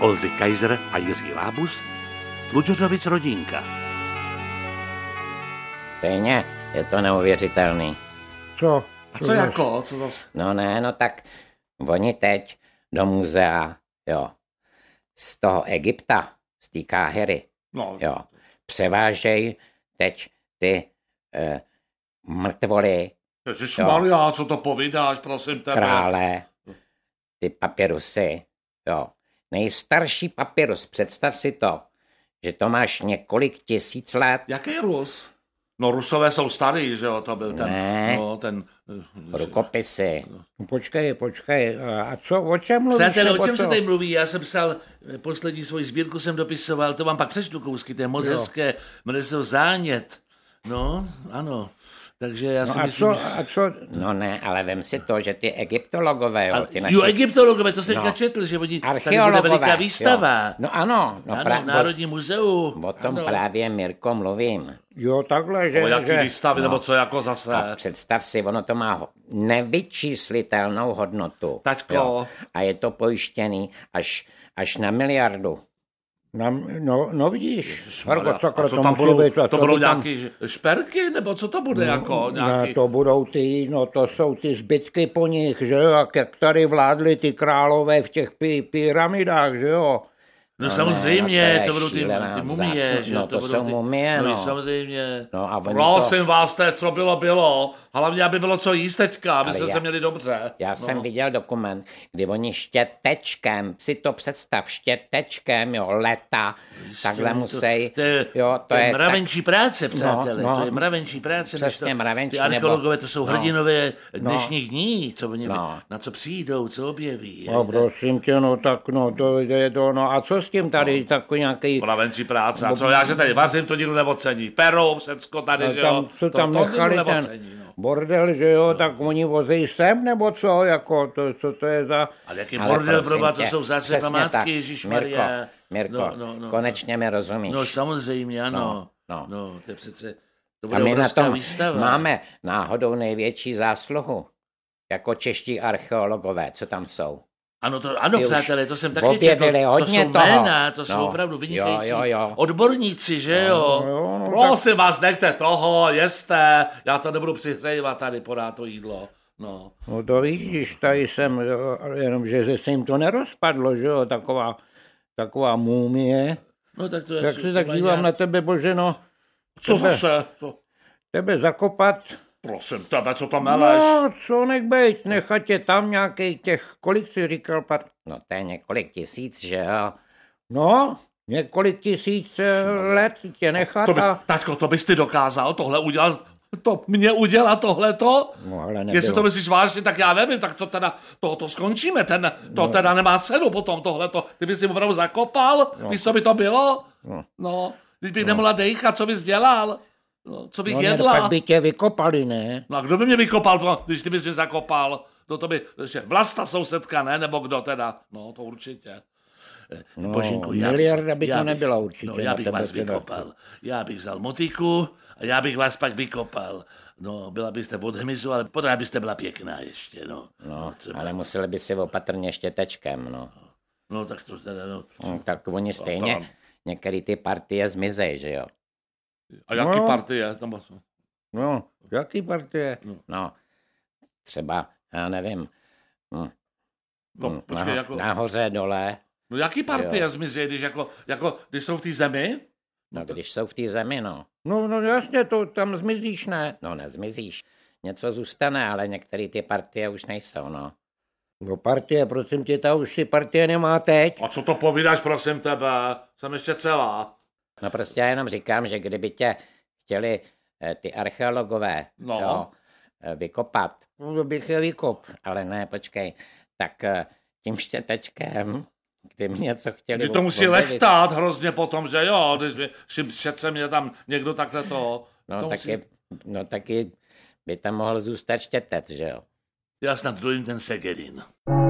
Oldřich Kaiser a Jiří Lábus, Tlučořovic rodinka. Stejně, je to neuvěřitelný. Co? A co jako? Co zase? No ne, no tak oni teď do muzea, jo, z toho Egypta, z té Káhiry, No. jo, převážej teď ty mrtvoly, Ježišmarja, co to povídáš, prosím tebe? krále, ty papirusy, jo. Nejstarší papirus, představ si to, že to máš několik tisíc let. Jaký Rus? No Rusové jsou starý, že jo, to byl ten, Ne. no, ten... Rukopisy. Počkej. A co, o čem mluvíš? Přátelé, o nebo čem co? se tady mluví? Já jsem psal, poslední svoji sbírku jsem dopisoval, to vám pak přečtu kousky, to je moc hezké, jmenuje se to Zánět. No, ano. Takže já si myslím, A co? No ne, ale vem si to, že ty egyptologové, jo, ty naši... Jo, egyptologové, to jsem No. četl, že oni, tady Archeologové, bude veliká výstava. jo. No ano, no Ano, Národní muzeu. o tom ano. právě, Mirko, mluvím. Jo, takhle, že... O jaký že... výstavy, nebo co jako zase? A představ si, ono to má nevyčíslitelnou hodnotu. Taťko. Jo. A je to pojištěný až na miliardu. No vidíš, Marko, A sakra, co to tam musí budou, být. A to co budou by tam- nějaký šperky, nebo co to bude jako nějaký? Ne, to budou to jsou ty zbytky po nich, že jo, jak tady vládli ty králové v těch pyramidách, že jo. No No samozřejmě, ne, to budou ty šílená mumie, vzácnost. že No, to budou jsou mumie, no. no. Samozřejmě. No, a oni Prosím vás, to je, co bylo. Hlavně, aby bylo co jíst teďka, aby Ale jsme já- se měli dobře. Já jsem viděl dokument, kdy oni štětečkem, si to představ, štětečkem, jo, leta, takhle musí, jo, to je mravenčí práce, přátelé, no, to je mravenčí práce. než přesně, to, mravenčí, ty archeologové, to jsou nebo- hrdinové dnešních dní, to oni, No. na co přijdou, co objeví. No prosím tě, no tak no, to je to, no a co s tím tady, takový nějaký... Mravenčí práce, a co já, že tady vařím, to nikdo neocení. Perou, všecko tady, že jo, Tam, co tam to nechali nikdo ten neocení, no. bordel, že jo, tak oni vozí sem, nebo co, jako, co to je za... Ale jaký Ale bordel, prosím proba, to tě, jsou vzácné přesně tak. památky, ježišmarja. Mirko, konečně mi rozumíš. No samozřejmě, ano. No. No, to je přece, to A bude my na obrovská tom výstava. máme náhodou největší zásluhu, jako čeští archeologové, co tam jsou. Ano, Ty ano, už přátelé, to jsem taky objevili četl. To hodně jsou toho. jména, to jsou No. opravdu vynikající Jo. odborníci, že jo? jo, no, Prosím vás, nechte toho, jeste. Já to nebudu přihřejvat tady, podá to jídlo. No. No to víš, když tady jsem, jenom že se jim to nerozpadlo, že jo, taková mumie. No tak to je... Tak se tak dívám na tebe, bože, no, Co tebe- zase? Co? tebe zakopat. Prosím tebe, co tam meleš? No, co nech bejt, nechat tě tam nějakých těch, kolik jsi říkal, No to je několik tisíc, že jo. no, několik tisíc let tě nechat To by, a... taťko, to bys ty dokázal tohle udělat? To mě udělat tohleto? No, ale nebylo. Jestli to myslíš vážně, tak já nevím, tak to teda, to skončíme, to teda nemá cenu potom tohleto. Ty bys si opravdu zakopal? Víš, co by to bylo? No, když bych nemohla dejchat, co bys dělal? No, co bych No, ne, jedla? pak by tě vykopali, ne? No a kdo by mě vykopal, když ty bys mě zakopal? No to by, ještě Vlasta sousedka, ne? Nebo kdo teda? No, to určitě. No, Božínku, miliarda by to nebyla určitě. No, já na bych tebe vás teda. vykopal. Já bych vzal motiku a já bych vás pak vykopal. No, byla byste pod hmyzu, ale poté byste byla pěkná ještě, no. No, třeba. ale museli by si opatrně štětečkem, no. No, tak to teda, no. Tak oni stejně, některé ty partie zmizej, že jo. A jaký No. partie? Tam... No, jaký partie? No, třeba, já nevím, No, počkej, jako... nahoře, dole, No, jaký partie zmizí, když když jsou v té zemi? no když jsou v té zemi, no. No jasně, to tam zmizíš, ne? No nezmizíš, něco zůstane, ale některé ty partie už nejsou, no. No partie, prosím tě, ta už si partie nemá teď. A co to povídáš, prosím tebe? Jsem ještě celá. No prostě já jenom říkám, že kdyby tě chtěli ty archeologové No. jo, vykopat, No, bych je vykop. ale ne, počkej, tak tím štětečkem, kdyby něco chtěli... Kdy to musí objevit, lechtát hrozně potom, že jo, když šetce mě tam někdo takhle to... No to taky, no taky by tam mohl zůstat štětec, že jo. Já snad druhým ten Segedin.